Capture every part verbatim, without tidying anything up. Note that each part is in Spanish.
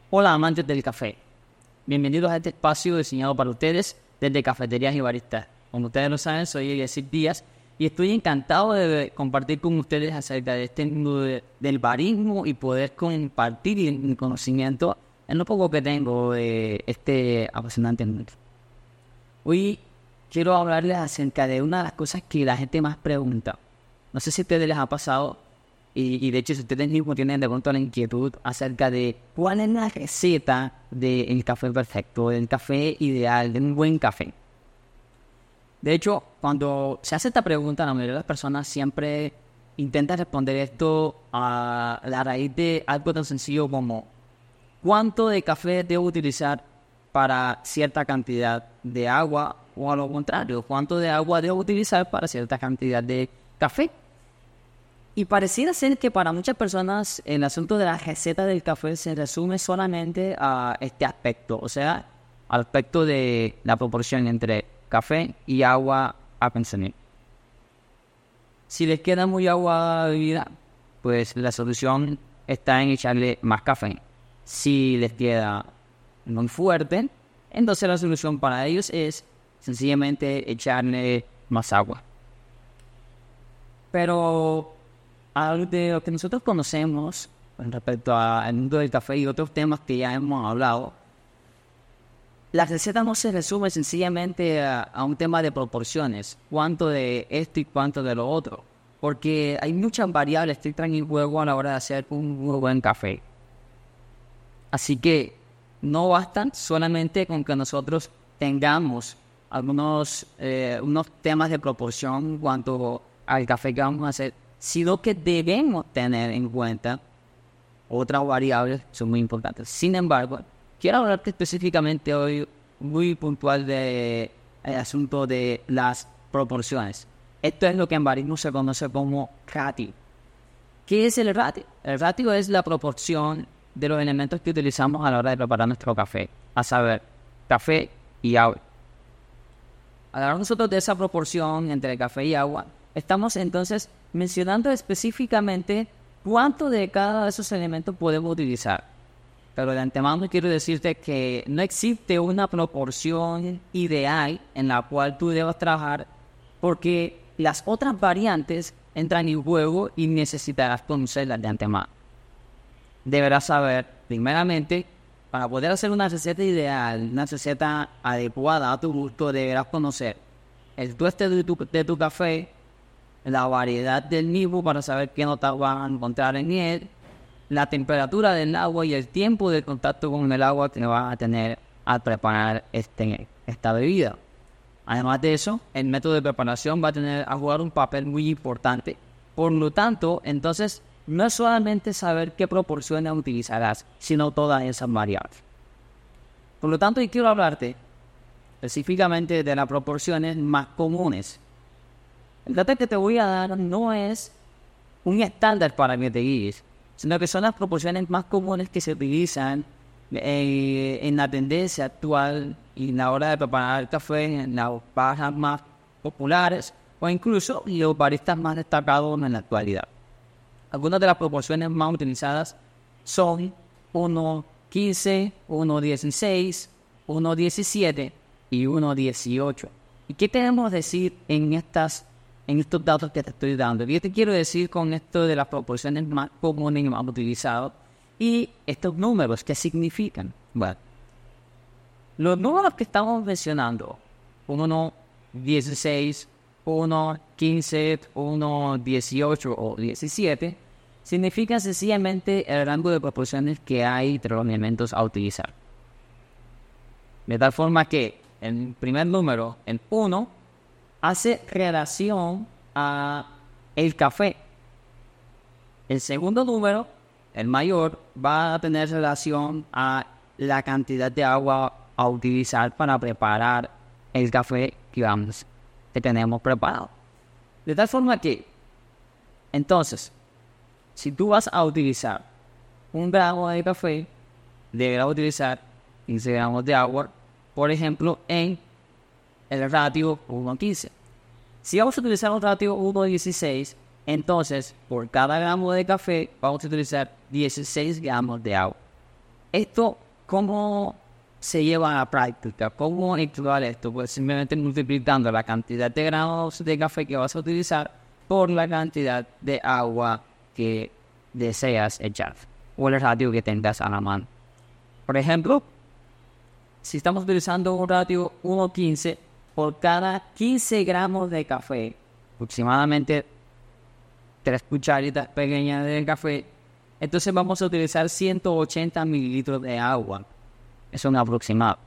Hola amantes del café, bienvenidos a este espacio diseñado para ustedes desde Cafeterías y Baristas. Como ustedes lo saben, soy Eliezer Díaz y estoy encantado de compartir con ustedes acerca de este mundo de- del barismo y poder compartir mi conocimiento en lo poco que tengo de este apasionante mundo. Hoy quiero hablarles acerca de una de las cosas que la gente más pregunta. No sé si a ustedes les ha pasado, y, y de hecho si ustedes mismos tienen de pronto la inquietud acerca de cuál es la receta del café perfecto, del café ideal, de un buen café. De hecho, cuando se hace esta pregunta, la mayoría de las personas siempre intentan responder esto a la raíz de algo tan sencillo como ¿cuánto de café debo utilizar para cierta cantidad de agua? O a lo contrario, ¿cuánto de agua debo utilizar para cierta cantidad de café? Y pareciera ser que para muchas personas el asunto de la receta del café se resume solamente a este aspecto, o sea, al aspecto de la proporción entre café y agua a consumir. Si les queda muy agua bebida, pues la solución está en echarle más café. Si les queda muy fuerte, entonces la solución para ellos es sencillamente echarle más agua. Pero algo de lo que nosotros conocemos con respecto al mundo del café y otros temas que ya hemos hablado, la receta no se resume sencillamente a, a un tema de proporciones, cuánto de esto y cuánto de lo otro, porque hay muchas variables que entran en juego a la hora de hacer un muy buen café. Así que no bastan solamente con que nosotros tengamos algunos eh, unos temas de proporción en cuanto al café que vamos a hacer, sino que debemos tener en cuenta otras variables que son muy importantes. Sin embargo, quiero hablarte específicamente hoy muy puntual del asunto de las proporciones. Esto es lo que en barismo se conoce como ratio. ¿Qué es el ratio? El ratio es la proporción de los elementos que utilizamos a la hora de preparar nuestro café, a saber, café y agua. Al hablar nosotros de esa proporción entre café y agua, estamos entonces mencionando específicamente cuánto de cada de esos elementos podemos utilizar. Pero de antemano quiero decirte que no existe una proporción ideal en la cual tú debas trabajar porque las otras variantes entran en juego y necesitarás conocerlas de antemano. Deberás saber, primeramente, para poder hacer una receta ideal, una receta adecuada a tu gusto, deberás conocer el tueste de tu, de tu café, la variedad del mismo para saber qué notas vas a encontrar en él, la temperatura del agua y el tiempo de contacto con el agua que vas a tener al preparar este, esta bebida. Además de eso, el método de preparación va a tener a jugar un papel muy importante. Por lo tanto, entonces, no es solamente saber qué proporciones utilizarás, sino todas esas variables. Por lo tanto, hoy quiero hablarte específicamente de las proporciones más comunes. El dato que te voy a dar no es un estándar para que te guíes, sino que son las proporciones más comunes que se utilizan eh, en la tendencia actual y en la hora de preparar el café, en las barras más populares o incluso los baristas más destacados en la actualidad. Algunas de las proporciones más utilizadas son uno quince, uno dieciséis, uno diecisiete y uno dieciocho. ¿Y qué queremos decir en estas en estos datos que te estoy dando? ¿Qué te quiero decir con esto de las proporciones más comunes y más utilizadas? Y estos números, ¿qué significan? Bueno, los números que estamos mencionando, uno dieciséis, uno quince, uno dieciocho o diecisiete, significan sencillamente el rango de proporciones que hay entre los elementos a utilizar. De tal forma que el primer número, el uno, hace relación a el café. El segundo número, el mayor, va a tener relación a la cantidad de agua a utilizar para preparar el café que, vamos, que tenemos preparado. De tal forma que, entonces, si tú vas a utilizar un gramo de café, deberás utilizar quince gramos de agua, por ejemplo, en el ratio uno quince. Si vamos a utilizar un ratio uno dieciséis, entonces por cada gramo de café vamos a utilizar dieciséis gramos de agua. Esto, ¿cómo se lleva a la práctica? ¿Cómo equilibrar esto? Pues simplemente multiplicando la cantidad de gramos de café que vas a utilizar por la cantidad de agua que deseas echar o el ratio que tengas a la mano. Por ejemplo, si estamos utilizando un ratio uno quince, por cada quince gramos de café, aproximadamente tres cucharitas pequeñas de café, entonces vamos a utilizar ciento ochenta mililitros de agua. Es un aproximado.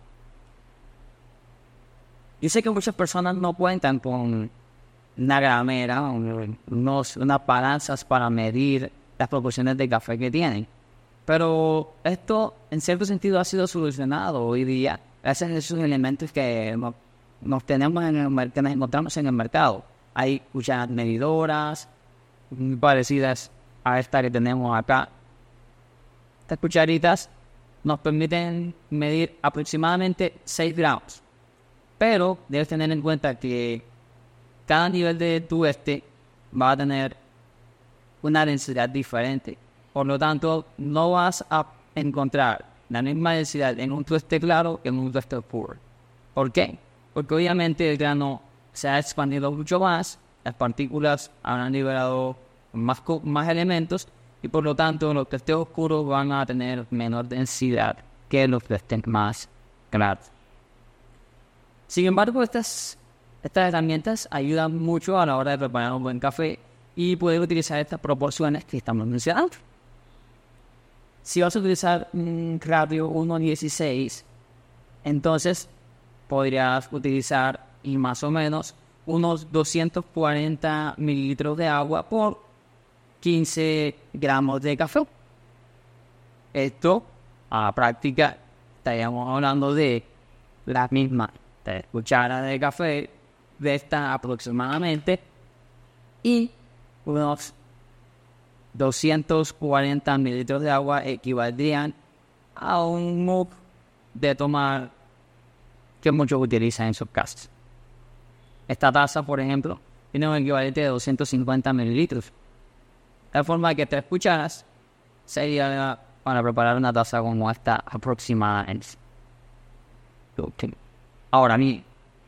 Yo sé que muchas personas no cuentan con una gramera, unos, unas balanzas para medir las proporciones de café que tienen. Pero esto, en cierto sentido, ha sido solucionado hoy día gracias a esos elementos que nos, nos tenemos en el, que nos encontramos en el mercado. Hay cucharas medidoras muy parecidas a esta que tenemos acá. Estas cucharitas nos permiten medir aproximadamente seis gramos. Pero debes tener en cuenta que cada nivel de tueste va a tener una densidad diferente. Por lo tanto, no vas a encontrar la misma densidad en un tueste claro que en un tueste oscuro. ¿Por qué? Porque obviamente el grano se ha expandido mucho más, las partículas han liberado más, más elementos y por lo tanto los tuestes oscuros van a tener menor densidad que los tuestes más claros. Sin embargo, estas, estas herramientas ayudan mucho a la hora de preparar un buen café y poder utilizar estas proporciones que estamos mencionando. Si vas a utilizar un ratio uno dieciséis, entonces podrías utilizar y más o menos unos doscientos cuarenta mililitros de agua por quince gramos de café. Esto, a la práctica, estaríamos hablando de la misma cuchara de café de esta aproximadamente y unos doscientos cuarenta mililitros de agua equivaldrían a un mug de tomar que muchos utilizan en sus casas. Esta taza, por ejemplo, tiene un equivalente de doscientos cincuenta mililitros. De forma que tres cucharas sería para preparar una taza como esta aproximadamente. Ahora, mire,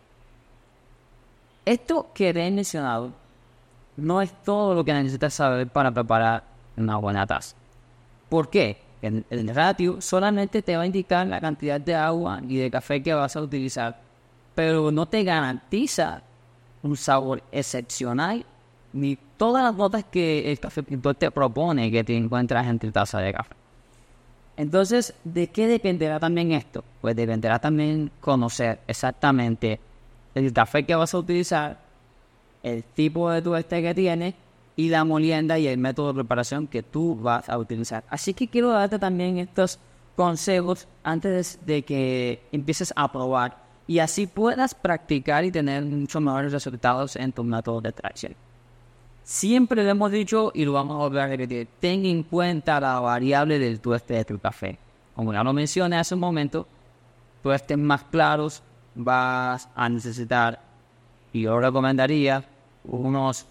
esto que he mencionado no es todo lo que necesitas saber para preparar una buena taza. ¿Por qué? El, el ratio solamente te va a indicar la cantidad de agua y de café que vas a utilizar, pero no te garantiza un sabor excepcional ni todas las notas que el café pintor te propone que te encuentras en tu taza de café. Entonces, ¿de qué dependerá también esto? Pues dependerá también conocer exactamente el café que vas a utilizar, el tipo de tueste que tiene y la molienda y el método de preparación que tú vas a utilizar. Así que quiero darte también estos consejos antes de que empieces a probar y así puedas practicar y tener muchos mejores resultados en tu método de extracción. Siempre lo hemos dicho y lo vamos a volver a repetir. Ten en cuenta la variable del tueste de tu café. Como ya lo mencioné hace un momento, tuestes más claros vas a necesitar, y yo recomendaría, unos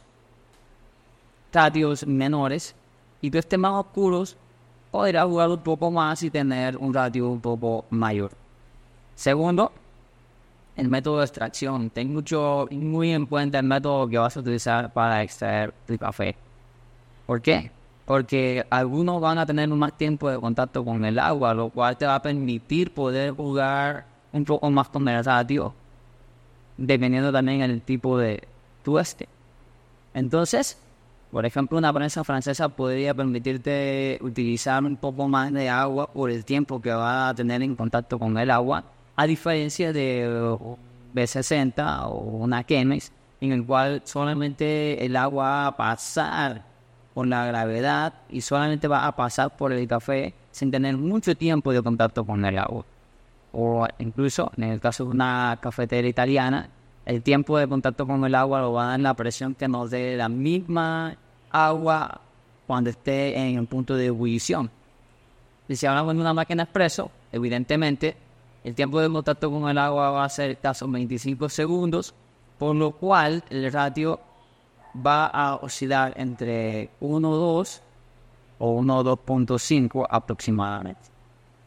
ratios menores, y tuestes más oscuros podrás jugar un poco más y tener un ratio un poco mayor. Segundo, el método de extracción. Ten mucho, muy en cuenta el método que vas a utilizar para extraer tu café. ¿Por qué? Porque algunos van a tener más tiempo de contacto con el agua, lo cual te va a permitir poder jugar un poco más con el ratio, dependiendo también del tipo de tueste. Entonces, por ejemplo, una prensa francesa podría permitirte utilizar un poco más de agua por el tiempo que va a tener en contacto con el agua, a diferencia de B sesenta o una Chemex, en el cual solamente el agua va a pasar por la gravedad y solamente va a pasar por el café sin tener mucho tiempo de contacto con el agua. O incluso, en el caso de una cafetera italiana, el tiempo de contacto con el agua lo va a dar la presión que nos dé la misma agua cuando esté en el punto de ebullición. Y si hablamos de una máquina expreso, evidentemente, el tiempo de contacto con el agua va a ser escasos veinticinco segundos, por lo cual el ratio va a oscilar entre uno punto dos o uno punto dos punto cinco aproximadamente.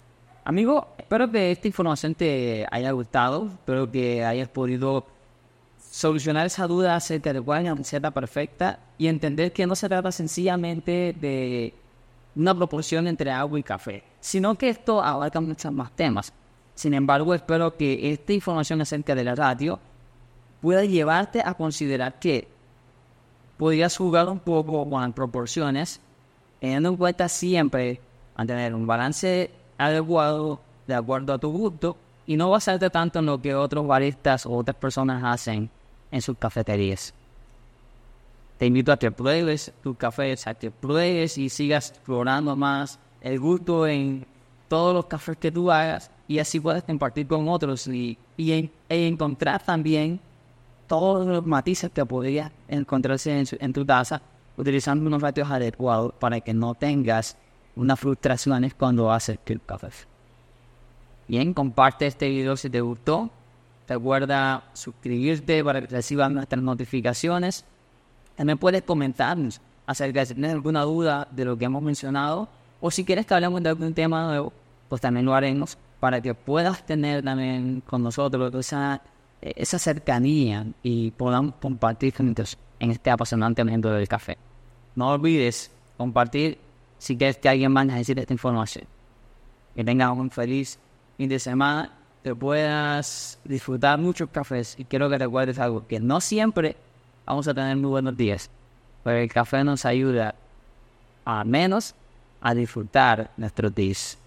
Amigo, espero que esta información te haya gustado. Espero que hayas podido solucionar esa duda acerca de cuál es la receta perfecta y entender que no se trata sencillamente de una proporción entre agua y café, sino que esto abarca muchos más temas. Sin embargo, espero que esta información acerca de la ratio pueda llevarte a considerar que podrías jugar un poco con las proporciones, teniendo en cuenta siempre mantener un balance adecuado de acuerdo a tu gusto y no basarte tanto en lo que otros baristas o otras personas hacen en sus cafeterías. Te invito a que pruebes tus cafés, a que pruebes y sigas explorando más el gusto en todos los cafés que tú hagas y así puedes compartir con otros y, y en, e encontrar también todos los matices que podrías encontrarse en, su, en tu taza utilizando unos ratios adecuados para que no tengas unas frustraciones cuando haces tus cafés. Bien, comparte este video si te gustó. Recuerda suscribirte para que recibas nuestras notificaciones. También puedes comentarnos acerca de si tienes alguna duda de lo que hemos mencionado o si quieres que hablemos de algún tema nuevo, pues también lo haremos para que puedas tener también con nosotros esa, esa cercanía y podamos compartir juntos en este apasionante mundo del café. No olvides compartir si quieres que alguien más necesite esta información. Que tengas un feliz fin de semana, que puedas disfrutar muchos cafés y quiero que recuerdes algo, que no siempre vamos a tener muy buenos días, pero el café nos ayuda al menos a disfrutar nuestros días.